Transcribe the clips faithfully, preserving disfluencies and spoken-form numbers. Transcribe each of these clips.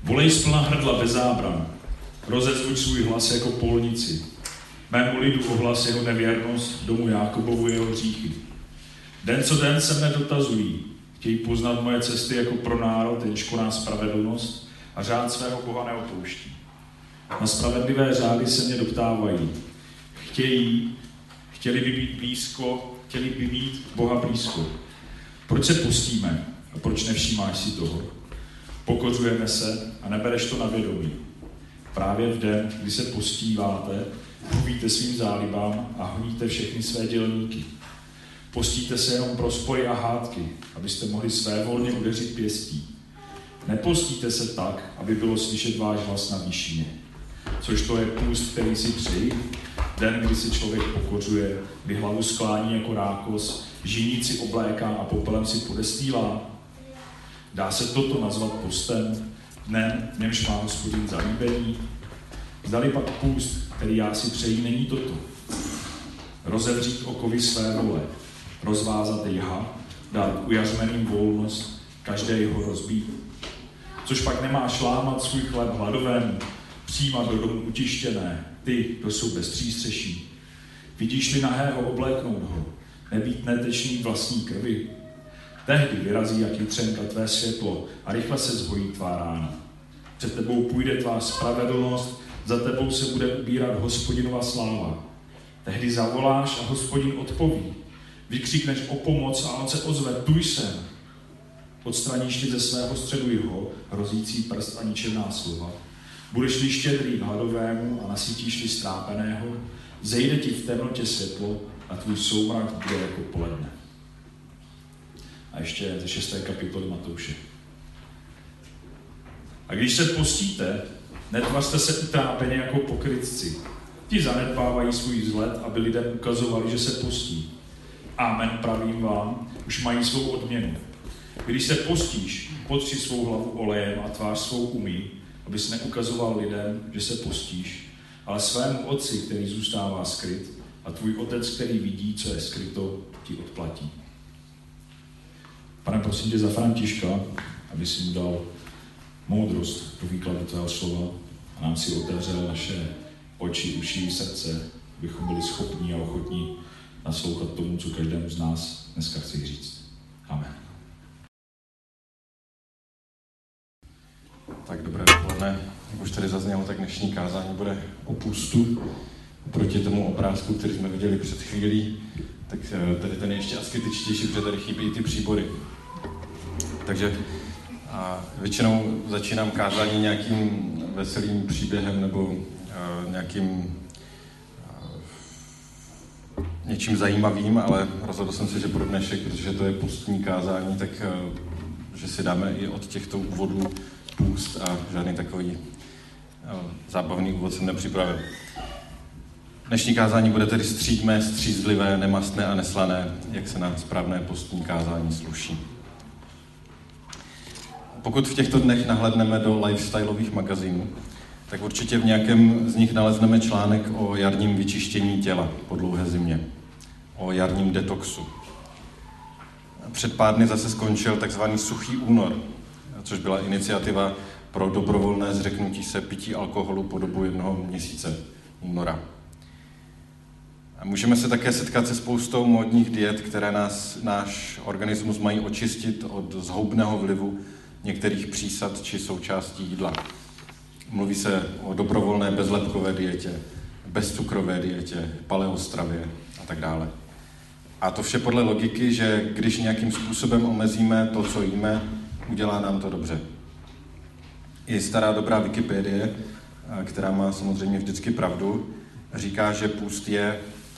Volej splna hrdla bez zábran, rozezvuď svůj hlas jako polnici. Mému lidu ohlas jeho nevěrnost, domu Jákobovu jeho hříchy. Den co den se mne dotazují, chtějí poznat moje cesty jako pro národ, jenž koná spravedlnost a řád svého Boha neopouští. Na spravedlivé řády se mě doptávají. Chtějí, chtěli by být blízko, chtěli by mít Boha blízko. Proč se postíme a proč nevšímáš si toho? Pokořujeme se a nebereš to na vědomí. Právě v den, kdy se postíváte, mluvíte svým zálibám a honíte všechny své dělníky. Postíte se jenom pro spory a hádky, abyste mohli svévolně udeřit pěstí. Nepostíte se tak, aby bylo slyšet váš hlas na výšině. Což to je půst, který si přeji, den, kdy si člověk pokořuje, kdy hlavu sklání jako rákos, žiníci obléká a popelem si podestýlá. Dá se toto nazvat postem, dnem, v němž má Hospodin zalíbení? Zdali pak půst, který já si přeji, není toto. Rozevřít okovy své vole, rozvázat jha, dát ujařmeným volnost, každé jeho rozbít. Což pak nemáš lámat svůj chleb hladovému, přijímat do domu utištěné, ty, kdo jsou bez přístřeší. Vidíš-li nahého, obléknout ho, nebýt netečný vlastní krvi. Tehdy vyrazí jak jitřenka tvé světlo a rychle se zhojí tvá rána. Před tebou půjde tvá spravedlnost, za tebou se bude ubírat Hospodinova sláva. Tehdy zavoláš a Hospodin odpoví. Vykřikneš o pomoc a on se ozve, tu jsem. Odstraníš-li ze svého středu jeho, hrozící prst a ničemná slova. Budeš-li štědrý k hladovému a nasytíš-li strápeného, zejde ti v temnotě světlo a tvůj soumrak bude jako poledne. A ještě ze šesté kapitoly Matouše. A když se postíte, netvařte se utrápeně jako pokrytci. Ti zanedbávají svůj vzhled, aby lidem ukazovali, že se postí. Amen, pravím vám, už mají svou odměnu. Když se postíš, potři svou hlavu olejem a tvář svou umyj, abys neukazoval lidem, že se postíš, ale svému otci, který zůstává skryt, a tvůj otec, který vidí, co je skryto, ti odplatí. Pane, prosím tě za Františka, aby si mu dal moudrost pro výkladu tvého slova a nám si otevřel naše oči, uši, srdce, abychom byli schopní a ochotní naslouchat tomu, co každému z nás dneska chci říct. Amen. Tak dobré dopoledne. Jak už tady zaznělo, tak dnešní kázání bude o půstu. Proti tomu obrázku, který jsme viděli před chvílí, tak tady ten je ještě asketičtější, protože tady chybí ty příbory. Takže a většinou začínám kázání nějakým veselým příběhem nebo uh, nějakým uh, něčím zajímavým, ale rozhodl jsem se, že pro dnešek, protože to je půstní kázání, tak uh, že si dáme i od těchto úvodů půst a žádný takový uh, zábavný úvod jsem nepřipravil. Dnešní kázání bude tedy střídmé, střízlivé, nemastné a neslané, jak se na správné postní kázání sluší. Pokud v těchto dnech nahlédneme do lifestyleových magazínů, tak určitě v nějakém z nich nalezneme článek o jarním vyčištění těla po dlouhé zimě, o jarním detoxu. Před pár dny zase skončil takzvaný suchý únor, což byla iniciativa pro dobrovolné zřeknutí se pití alkoholu po dobu jednoho měsíce února. A můžeme se také setkat se spoustou módních diet, které nás, náš organismus mají očistit od zhoubného vlivu některých přísad či součástí jídla. Mluví se o dobrovolné bezlepkové dietě, bezcukrové dietě, paleostravě a tak dále. A to vše podle logiky, že když nějakým způsobem omezíme to, co jíme, udělá nám to dobře. I stará dobrá Wikipedie, která má samozřejmě vždycky pravdu, říká, že půst je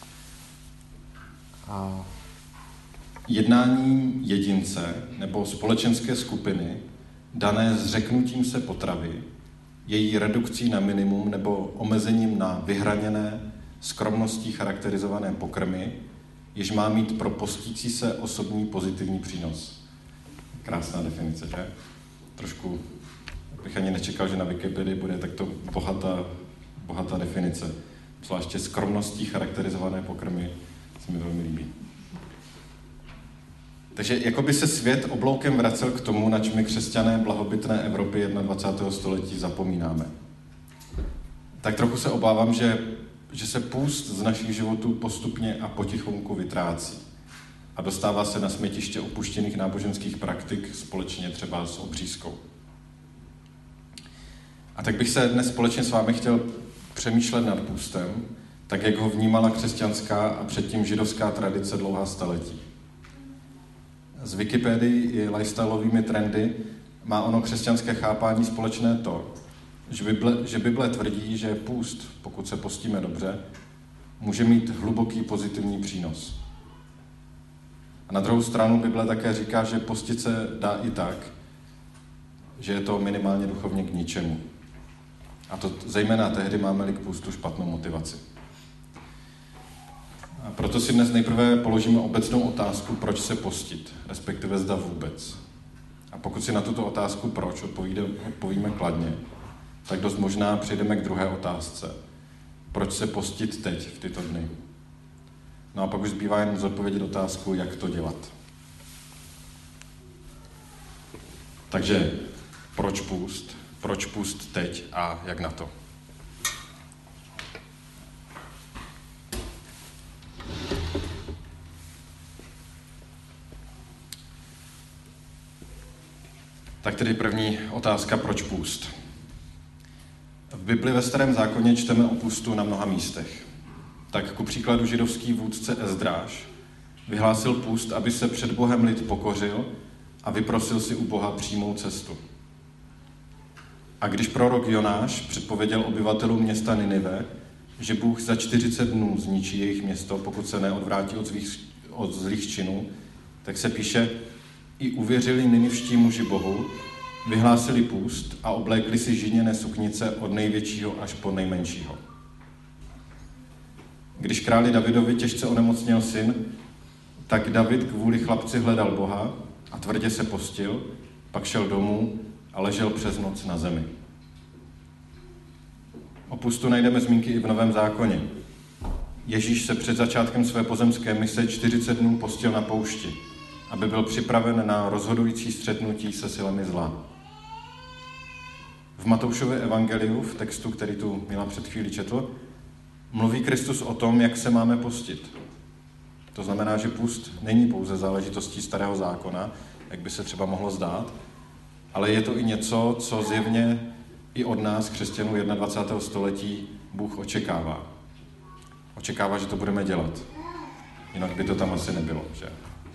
a jednání jedince nebo společenské skupiny dané zřeknutím se potravy, její redukcí na minimum nebo omezením na vyhraněné, skromností charakterizované pokrmy, jež má mít pro postící se osobní pozitivní přínos. Krásná definice, že? Trošku bych ani nečekal, že na Wikipedii bude takto bohatá, bohatá definice. Zvláště skromností charakterizované pokrmy se mi velmi líbí. Takže jako by se svět obloukem vracel k tomu, nač my křesťané blahobytné Evropy dvacátého prvního století zapomínáme. Tak trochu se obávám, že, že se půst z našich životů postupně a potichonku vytrácí a dostává se na smetiště opuštěných náboženských praktik společně třeba s obřízkou. A tak bych se dnes společně s vámi chtěl přemýšlet nad půstem, tak jak ho vnímala křesťanská a předtím židovská tradice dlouhá staletí. Z Wikipedii i lifestyleovými trendy má ono křesťanské chápání společné to, že Bible, že Bible tvrdí, že půst, pokud se postíme dobře, může mít hluboký pozitivní přínos. A na druhou stranu Bible také říká, že postit se dá i tak, že je to minimálně duchovně k ničemu. A to zejména tehdy máme-li k půstu špatnou motivaci. A proto si dnes nejprve položíme obecnou otázku, proč se postit, respektive zda vůbec. A pokud si na tuto otázku proč odpovíde, odpovíme kladně, tak dost možná přejdeme k druhé otázce. Proč se postit teď, v tyto dny? No a pak už zbývá jen zodpovědět otázku, jak to dělat. Takže proč půst? Proč půst teď a jak na to? Tak tedy první otázka, proč půst? V Bibli ve Starém zákoně čteme o půstu na mnoha místech. Tak ku příkladu židovský vůdce Ezdráš vyhlásil půst, aby se před Bohem lid pokořil a vyprosil si u Boha přímou cestu. A když prorok Jonáš předpověděl obyvatelům města Ninive, že Bůh za čtyřicet dnů zničí jejich město, pokud se neodvrátí od, svých, od zlých činů, tak se píše, i uvěřili ninivští muži Bohu, vyhlásili půst a oblékli si žiněné suknice od největšího až po nejmenšího. Když králi Davidovi těžce onemocněl syn, tak David kvůli chlapci hledal Boha a tvrdě se postil, pak šel domů a ležel přes noc na zemi. O půstu najdeme zmínky i v Novém zákoně. Ježíš se před začátkem své pozemské mise čtyřicet dnů postil na poušti, aby byl připraven na rozhodující střetnutí se silami zla. V Matoušově evangeliu, v textu, který tu Mila před chvílí četl, mluví Kristus o tom, jak se máme postit. To znamená, že půst není pouze záležitostí Starého zákona, jak by se třeba mohlo zdát, ale je to i něco, co zjevně i od nás, křesťanů dvacátého prvního století, Bůh očekává. Očekává, že to budeme dělat. Jinak by to tam asi nebylo, že?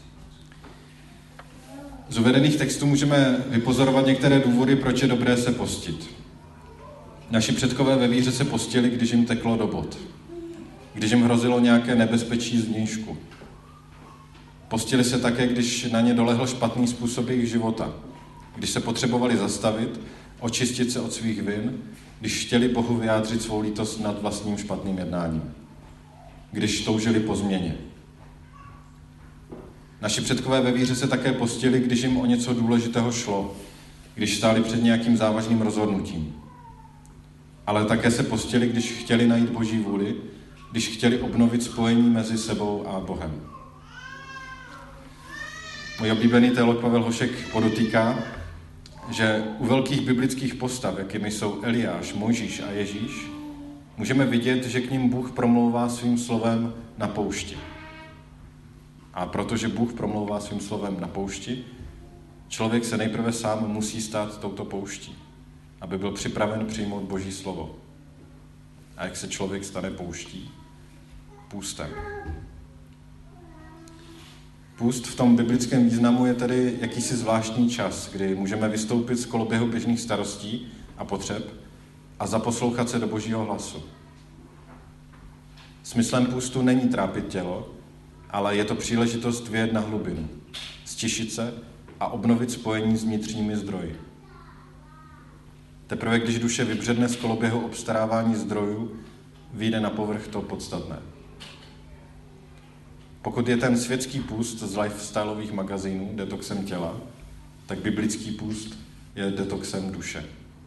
Z uvedených textů můžeme vypozorovat některé důvody, proč je dobré se postit. Naši předkové ve víře se postili, když jim teklo do bod. Když jim hrozilo nějaké nebezpečí zvnějšku. Postili se také, když na ně dolehl špatný způsob jejich života. Když se potřebovali zastavit, očistit se od svých vin, když chtěli Bohu vyjádřit svou lítost nad vlastním špatným jednáním. Když toužili po změně. Naši předkové ve víře se také postili, když jim o něco důležitého šlo, když stáli před nějakým závažným rozhodnutím. Ale také se postili, když chtěli najít Boží vůli, když chtěli obnovit spojení mezi sebou a Bohem. Můj oblíbený teolog Pavel Hošek podotýká, že u velkých biblických postav, jakými jsou Eliáš, Mojžíš a Ježíš, můžeme vidět, že k ním Bůh promlouvá svým slovem na poušti. A protože Bůh promlouvá svým slovem na poušti, člověk se nejprve sám musí stát touto pouští, aby byl připraven přijmout Boží slovo. A jak se člověk stane pouští? Půstem. Půst v tom biblickém významu je tedy jakýsi zvláštní čas, kdy můžeme vystoupit z koloběhu běžných starostí a potřeb a zaposlouchat se do Božího hlasu. Smyslem půstu není trápit tělo, ale je to příležitost vyjet na hlubinu, stišit se a obnovit spojení s vnitřními zdroji. Teprve když duše vybředne z koloběhu obstarávání zdrojů, vyjde na povrch to podstatné. Pokud je ten světský půst z lifestyleových magazínů detoxem těla, tak biblický půst je detoxem duše.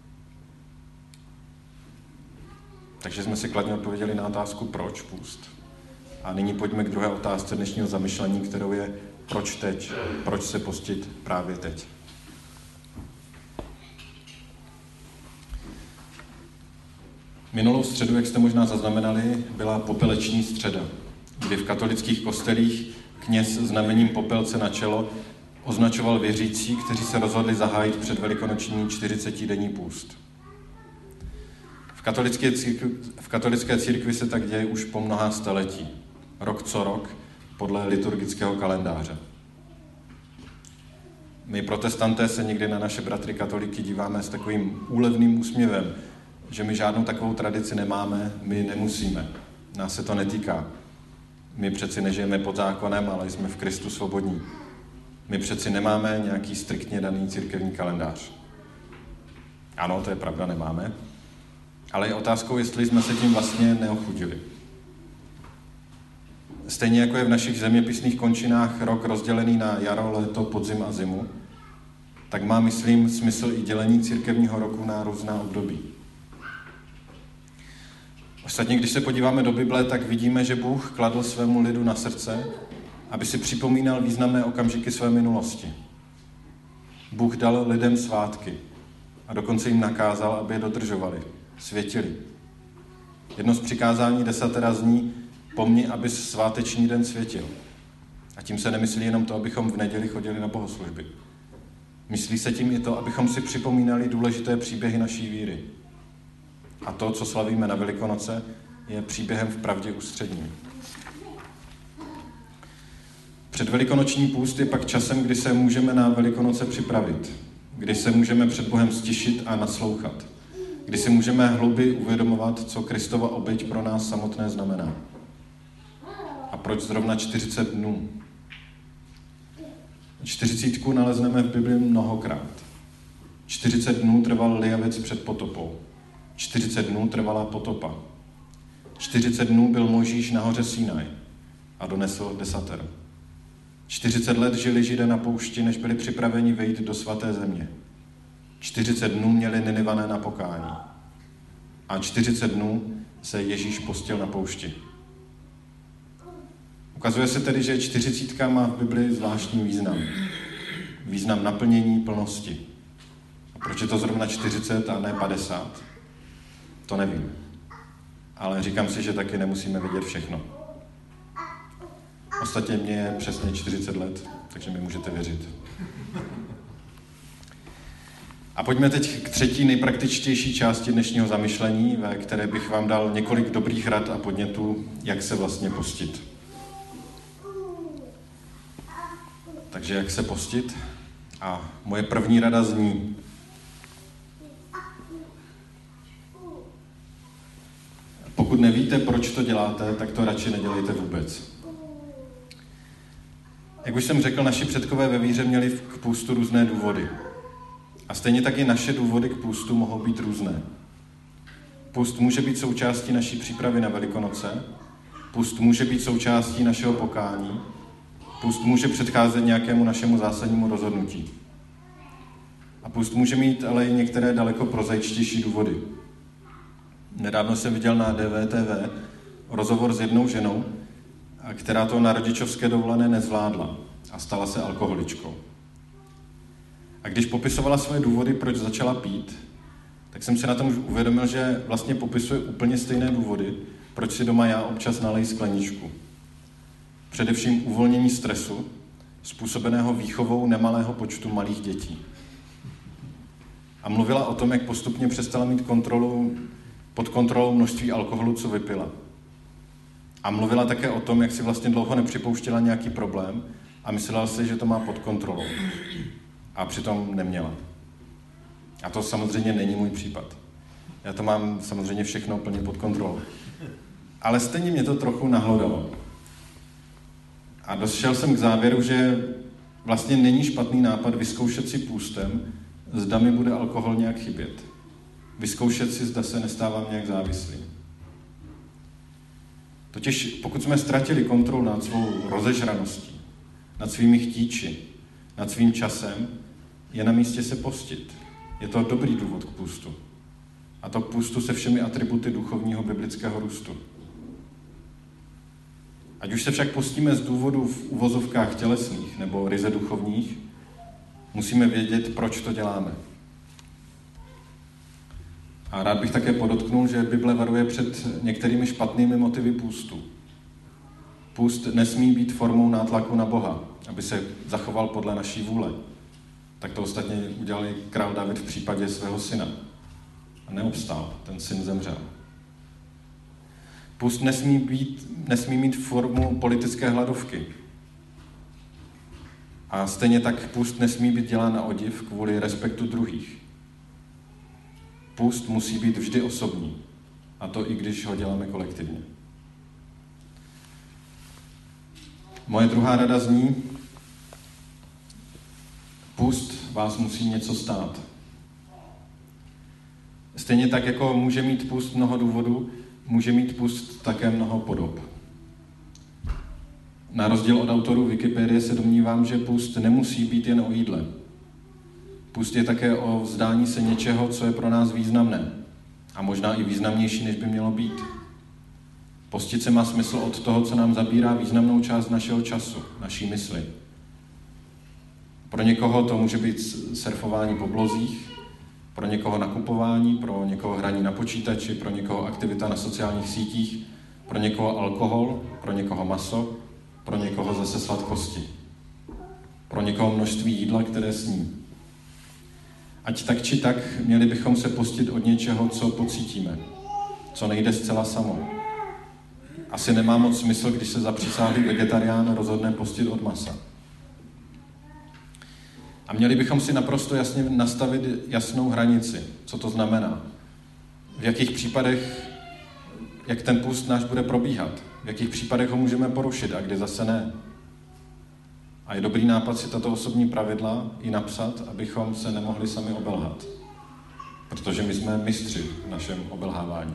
Takže jsme si kladně odpověděli na otázku, proč půst. A nyní pojďme k druhé otázce dnešního zamyšlení, kterou je, proč teď, proč se postit právě teď. Minulou středu, jak jste možná zaznamenali, byla popeleční středa, kdy v katolických kostelích kněz znamením popelce na čelo označoval věřící, kteří se rozhodli zahájit před velikonoční čtyřicetidenní půst. V katolické, církvi, v katolické církvi se tak děje už po mnohá staletí, rok co rok, podle liturgického kalendáře. My protestanté se někdy na naše bratry katoliky díváme s takovým úlevným úsměvem, že my žádnou takovou tradici nemáme, my nemusíme. Nás se to netýká. My přeci nežijeme pod zákonem, ale jsme v Kristu svobodní. My přeci nemáme nějaký striktně daný církevní kalendář. Ano, to je pravda, nemáme. Ale je otázkou, jestli jsme se tím vlastně neochudili. Stejně jako je v našich zeměpisných končinách rok rozdělený na jaro, léto, podzim a zimu, tak má, myslím, smysl i dělení církevního roku na různá období. Ostatně, když se podíváme do Bible, tak vidíme, že Bůh kladl svému lidu na srdce, aby si připomínal významné okamžiky své minulosti. Bůh dal lidem svátky a dokonce jim nakázal, aby je dodržovali, světili. Jedno z přikázání desatera zní: po mně, aby sváteční den světil. A tím se nemyslí jenom to, abychom v neděli chodili na bohoslužby. Myslí se tím i to, abychom si připomínali důležité příběhy naší víry. A to, co slavíme na Velikonoce, je příběhem v pravdě ústředním. Předvelikonoční půst je pak časem, kdy se můžeme na Velikonoce připravit, kdy se můžeme před Bohem stišit a naslouchat, kdy si můžeme hlouběji uvědomovat, co Kristova oběť pro nás samotné znamená. A proč zrovna čtyřicet dnů? Čtyřicítku nalezneme v Bibli mnohokrát. čtyřicet dnů trval lijavec před potopou. čtyřicet dnů trvala potopa. čtyřicet dnů byl Mojžíš na hoře Sinaj a donesl desatero. čtyřicet let žili Židé na poušti, než byli připraveni vejít do svaté země. čtyřicet dnů měli Ninivané na pokání. A čtyřicet dnů se Ježíš postil na poušti. Ukazuje se tedy, že čtyřicítka má v Bibli zvláštní význam. Význam naplnění plnosti. A proč je to zrovna čtyřicet a ne padesát? To nevím. Ale říkám si, že taky nemusíme vědět všechno. Ostatně mě je přesně čtyřicet let, takže mi můžete věřit. A pojďme teď k třetí nejpraktičtější části dnešního zamyšlení, ve které bych vám dal několik dobrých rad a podnětů, jak se vlastně postit. Takže jak se postit? A moje první rada zní: pokud nevíte, proč to děláte, tak to radši nedělejte vůbec. Jak už jsem řekl, naši předkové ve víře měli k půstu různé důvody. A stejně tak i naše důvody k půstu mohou být různé. Půst může být součástí naší přípravy na Velikonoce, půst může být součástí našeho pokání, půst může předcházet nějakému našemu zásadnímu rozhodnutí. A půst může mít ale i některé daleko prozaičtější důvody. Nedávno jsem viděl na D V T V rozhovor s jednou ženou, která to na rodičovské dovolené nezvládla a stala se alkoholičkou. A když popisovala své důvody, proč začala pít, tak jsem si na tom už uvědomil, že vlastně popisuje úplně stejné důvody, proč si doma já občas nalej skleničku. Především uvolnění stresu, způsobeného výchovou nemalého počtu malých dětí. A mluvila o tom, jak postupně přestala mít kontrolu, pod kontrolou množství alkoholu, co vypila. A mluvila také o tom, jak si vlastně dlouho nepřipouštěla nějaký problém a myslela si, že to má pod kontrolou. A přitom neměla. A to samozřejmě není můj případ. Já to mám samozřejmě všechno plně pod kontrolou. Ale stejně mě to trochu nahlodalo. A došel jsem k závěru, že vlastně není špatný nápad vyzkoušet si půstem, zda mi bude alkohol nějak chybět. Vyzkoušet si, zda se nestávám nějak závislým. Totiž pokud jsme ztratili kontrolu nad svou rozežraností, nad svými chtíči, nad svým časem, je na místě se postit. Je to dobrý důvod k půstu. A to k půstu se všemi atributy duchovního biblického růstu. Ať už se však postíme z důvodů v uvozovkách tělesných nebo ryze duchovních, musíme vědět, proč to děláme. A rád bych také podotknul, že Bible varuje před některými špatnými motivy půstu. Půst nesmí být formou nátlaku na Boha, aby se zachoval podle naší vůle. Tak to ostatně udělal král David v případě svého syna. A neobstál, ten syn zemřel. Půst nesmí, být, nesmí mít formu politické hladovky. A stejně tak půst nesmí být dělán na odiv kvůli respektu druhých. Půst musí být vždy osobní, a to i když ho děláme kolektivně. Moje druhá rada zní, půst vás musí něco stát. Stejně tak, jako může mít půst mnoho důvodů, může mít půst také mnoho podob. Na rozdíl od autorů Wikipedie se domnívám, že půst nemusí být jen o jídle. Půst je také o vzdání se něčeho, co je pro nás významné a možná i významnější, než by mělo být. Postit se má smysl od toho, co nám zabírá významnou část našeho času, naší mysli. Pro někoho to může být surfování po blozích, pro někoho nakupování, pro někoho hraní na počítači, pro někoho aktivita na sociálních sítích, pro někoho alkohol, pro někoho maso, pro někoho zase sladkosti. Pro někoho množství jídla, které sní. Ať tak či tak, měli bychom se postit od něčeho, co pocítíme, co nejde zcela samo. Asi nemá moc smysl, když se zapřísáhlý vegetarián rozhodne postit od masa. A měli bychom si naprosto jasně nastavit jasnou hranici, co to znamená. V jakých případech, jak ten půst náš bude probíhat, v jakých případech ho můžeme porušit a kde zase ne. A je dobrý nápad si tato osobní pravidla i napsat, abychom se nemohli sami obelhat. Protože my jsme mistři v našem obelhávání.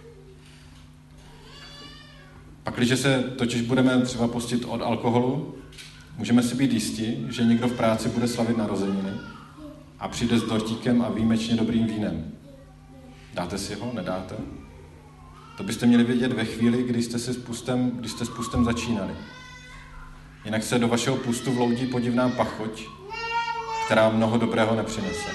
Pakliže se totiž budeme třeba postit od alkoholu, můžeme si být jisti, že někdo v práci bude slavit narozeniny a přijde s dortíkem a výjimečně dobrým vínem. Dáte si ho? Nedáte? To byste měli vědět ve chvíli, kdy jste, si s pustem, když jste s pustem začínali. Jinak se do vašeho pustu vloudí podivná pachoť, která mnoho dobrého nepřinese.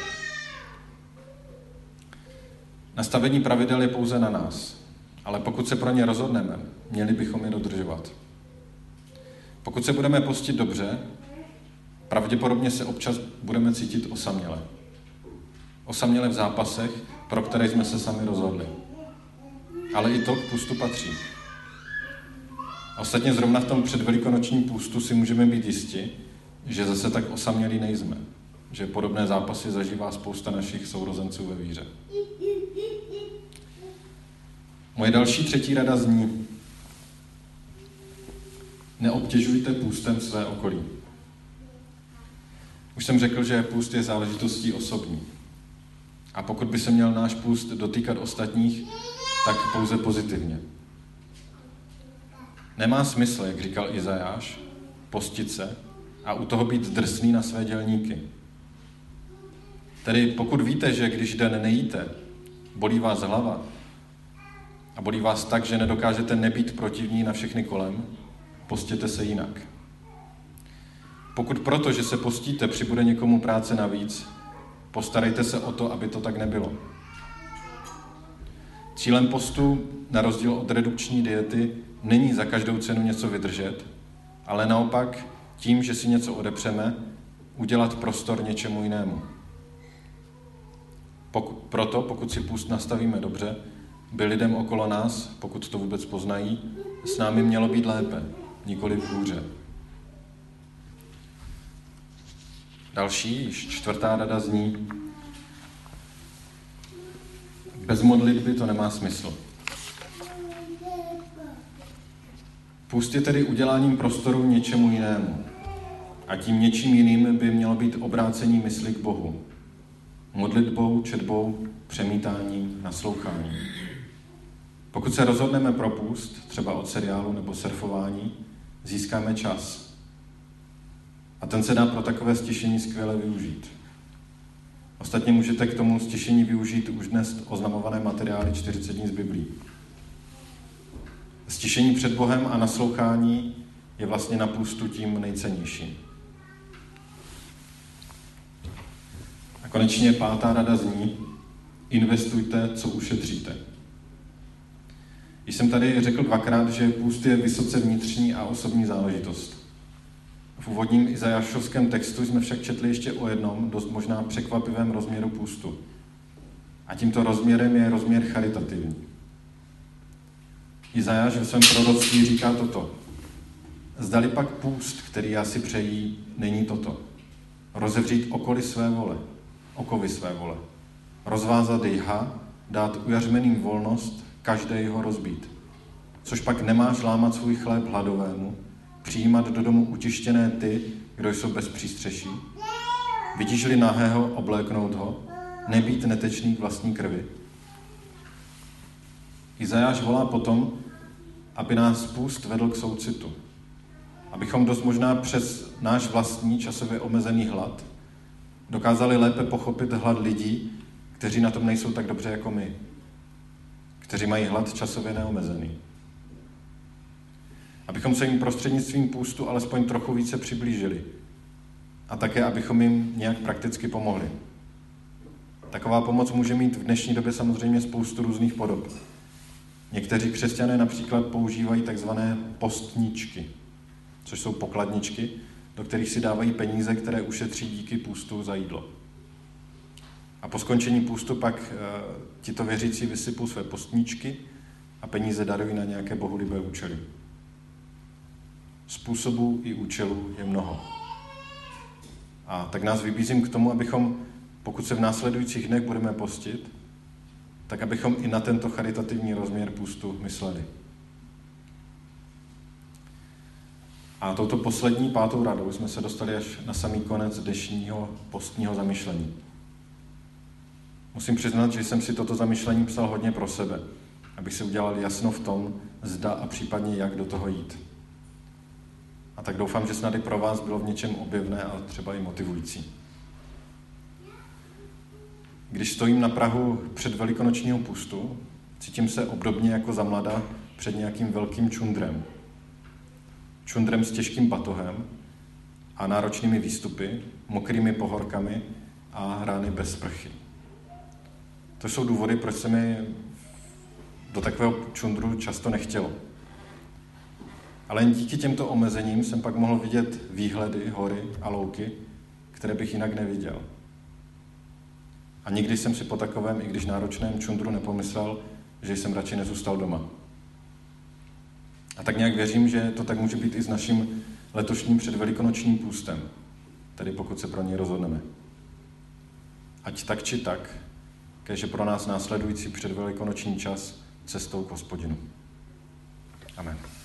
Nastavení pravidel je pouze na nás, ale pokud se pro ně rozhodneme, měli bychom je dodržovat. Pokud se budeme postit dobře, pravděpodobně se občas budeme cítit osaměle. Osaměle v zápasech, pro které jsme se sami rozhodli. Ale i to k půstu patří. A ostatně zrovna v tom předvelikonočním půstu si můžeme být jisti, že zase tak osamělí nejsme. Že podobné zápasy zažívá spousta našich sourozenců ve víře. Moje další třetí rada zní: neobtěžujte půstem své okolí. Už jsem řekl, že půst je záležitostí osobní. A pokud by se měl náš půst dotýkat ostatních, tak pouze pozitivně. Nemá smysl, jak říkal Izajáš, postit se a u toho být drsný na své dělníky. Tedy pokud víte, že když den nejíte, bolí vás hlava a bolí vás tak, že nedokážete nebýt protivní na všechny kolem, postěte se jinak. Pokud proto, že se postíte, přibude někomu práce navíc, postarejte se o to, aby to tak nebylo. Cílem postu, na rozdíl od redukční diety, není za každou cenu něco vydržet, ale naopak tím, že si něco odepřeme, udělat prostor něčemu jinému. Pokud, proto, pokud si půst nastavíme dobře, by lidem okolo nás, pokud to vůbec poznají, s námi mělo být lépe, nikoli hůře. Další, již čtvrtá rada zní: bez modlitby to nemá smysl. Půst je tedy uděláním prostoru něčemu jinému. A tím něčím jiným by mělo být obrácení mysli k Bohu. Modlitbou, četbou, přemítáním, nasloucháním. Pokud se rozhodneme pro půst, třeba od seriálu nebo surfování, získáme čas. A ten se dá pro takové stišení skvěle využít. Ostatně můžete k tomu stišení využít už dnes oznamované materiály čtyřicet dní z Biblí. Stišení před Bohem a naslouchání je vlastně na půstu tím nejcennějším. A konečně pátá rada zní: investujte, co ušetříte. Když jsem tady řekl dvakrát, že půst je vysoce vnitřní a osobní záležitost. V úvodním izajášovském textu jsme však četli ještě o jednom, dost možná překvapivém rozměru půstu. A tímto rozměrem je rozměr charitativní. Izajáš ve svém proroctví říká toto: zdali pak půst, který já si přejí, není toto: rozevřít okoly své vole, okovy své vole, rozvázat jha, dát ujařmeným volnost, každé ho rozbít. Což pak nemáš lámat svůj chléb hladovému, přijímat do domu utištěné ty, kdo jsou bez přístřeší, vidíš-li nahého, obléknout ho, nebýt netečný k vlastní krvi. Izajáš volá potom, aby nás půst vedl k soucitu. Abychom dost možná přes náš vlastní časově omezený hlad dokázali lépe pochopit hlad lidí, kteří na tom nejsou tak dobře jako my, kteří mají hlad časově neomezený. Abychom se jim prostřednictvím půstu alespoň trochu více přiblížili a také, abychom jim nějak prakticky pomohli. Taková pomoc může mít v dnešní době samozřejmě spoustu různých podob. Někteří křesťané například používají takzvané postníčky, což jsou pokladničky, do kterých si dávají peníze, které ušetří díky půstu za jídlo. A po skončení půstu pak e, tito věřící vysypou své postníčky a peníze darují na nějaké bohulibé účely. Způsobů i účelů je mnoho. A tak nás vybízím k tomu, abychom, pokud se v následujících dnech budeme postit, tak abychom i na tento charitativní rozměr půstu mysleli. A touto poslední pátou radou jsme se dostali až na samý konec dnešního postního zamyšlení. Musím přiznat, že jsem si toto zamyšlení psal hodně pro sebe, abych si udělal jasno v tom, zda a případně jak do toho jít. A tak doufám, že snad i pro vás bylo v něčem objevné a třeba i motivující. Když stojím na prahu před velikonočního půstu, cítím se obdobně jako za mlada před nějakým velkým čundrem. Čundrem s těžkým batohem a náročnými výstupy, mokrými pohorkami a rány bez sprchy. To jsou důvody, proč se mi do takového čundru často nechtělo. Ale jen díky těmto omezením jsem pak mohl vidět výhledy, hory a louky, které bych jinak neviděl. A nikdy jsem si po takovém, i když náročném čundru nepomyslel, že jsem radši nezůstal doma. A tak nějak věřím, že to tak může být i s naším letošním předvelikonočním půstem, tedy pokud se pro něj rozhodneme. Ať tak či tak, kéž je pro nás následující předvelikonoční čas cestou k Hospodinu. Amen.